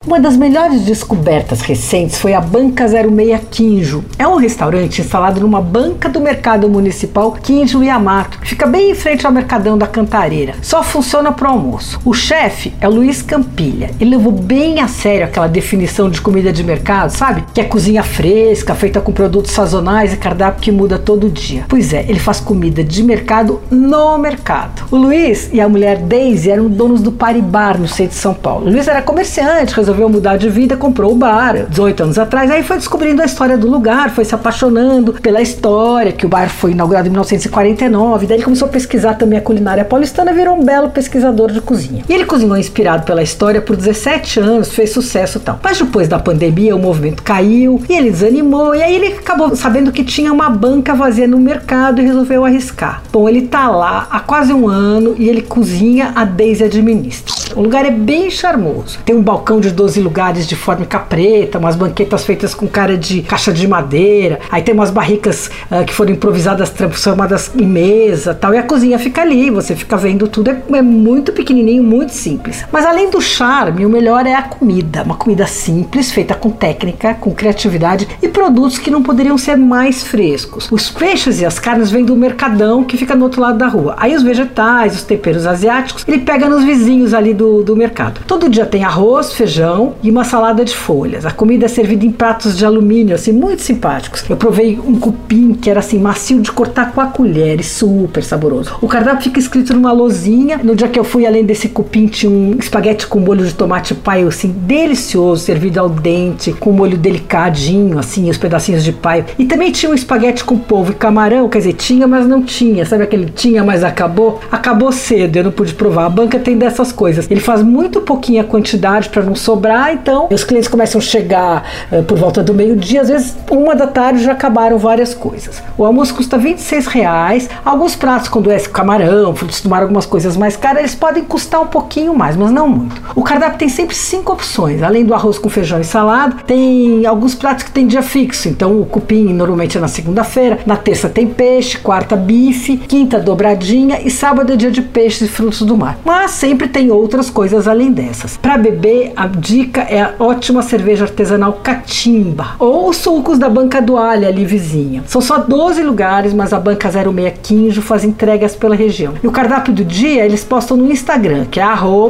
Uma das melhores descobertas recentes foi a Banca 06 Quinjo. É um restaurante instalado numa banca do mercado municipal Quinjo Yamato, que fica bem em frente ao Mercadão da Cantareira. Só funciona pro almoço. O chefe é o Luiz Campilha. Ele levou bem a sério aquela definição de comida de mercado, sabe? Que é cozinha fresca, feita com produtos sazonais e cardápio que muda todo dia. Pois é, ele faz comida de mercado no mercado. O Luiz e a mulher Daisy eram donos do Pari Bar no centro de São Paulo. O Luiz era comerciante, resolveu mudar de vida, comprou o bar 18 anos atrás, aí foi descobrindo a história do lugar, foi se apaixonando pela história, que o bar foi inaugurado em 1949, daí ele começou a pesquisar também a culinária paulistana, virou um belo pesquisador de cozinha. E ele cozinhou inspirado pela história por 17 anos, fez sucesso e tal. Mas depois da pandemia o movimento caiu e ele desanimou, e aí ele acabou sabendo que tinha uma banca vazia no mercado e resolveu arriscar. Bom, ele tá lá há quase um ano e ele cozinha, a Daisy administra. O lugar é bem charmoso. Tem um balcão de 12 lugares de fórmica preta, umas banquetas feitas com cara de caixa de madeira, aí tem umas barricas que foram improvisadas, transformadas em mesa tal, e a cozinha fica ali, você fica vendo tudo, é muito pequenininho, muito simples. Mas além do charme, o melhor é a comida, uma comida simples, feita com técnica, com criatividade e produtos que não poderiam ser mais frescos. Os peixes e as carnes vêm do mercadão que fica no outro lado da rua. Aí os vegetais, os temperos asiáticos, ele pega nos vizinhos ali do mercado. Todo dia tem arroz, feijão e uma salada de folhas. A comida é servida em pratos de alumínio, assim, muito simpáticos. Eu provei um cupim que era assim, macio de cortar com a colher e super saboroso. O cardápio fica escrito numa lousinha. No dia que eu fui, além desse cupim, tinha um espaguete com molho de tomate paio, assim, delicioso, servido ao dente, com molho delicadinho, assim, os pedacinhos de paio. E também tinha um espaguete com polvo e camarão, quer dizer, tinha, mas não tinha. Sabe aquele tinha, mas acabou? Acabou cedo, eu não pude provar. A banca tem dessas coisas. Ele faz muito pouquinha quantidade para não sobrar, então os clientes começam a chegar por volta do meio-dia, às vezes 1 da tarde já acabaram várias coisas. O almoço custa R$26, alguns pratos quando é camarão, frutos do mar, algumas coisas mais caras, eles podem custar um pouquinho mais, mas não muito. O cardápio tem sempre 5 opções, além do arroz com feijão e salada, tem alguns pratos que tem dia fixo, então o cupim normalmente é na segunda-feira, na terça tem peixe, quarta bife, quinta dobradinha e sábado é dia de peixes e frutos do mar. Mas sempre tem outras coisas além dessas. Para beber, a dica é a ótima cerveja artesanal Catimba ou os sucos da Banca do Alho ali vizinha. São só 12 lugares, mas a Banca 06 Quinjo faz entregas pela região. E o cardápio do dia eles postam no Instagram, que é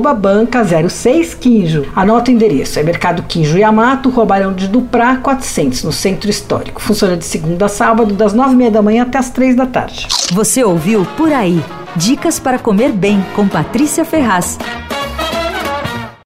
@banca06quinjo. Anota o endereço, é Mercado Quinjo Yamato, Rua Barão de Duprá, 400, no Centro Histórico. Funciona de segunda a sábado, das 9h30 da manhã até as 3 da tarde. Você ouviu Por Aí. Dicas para comer bem com Patrícia Ferraz.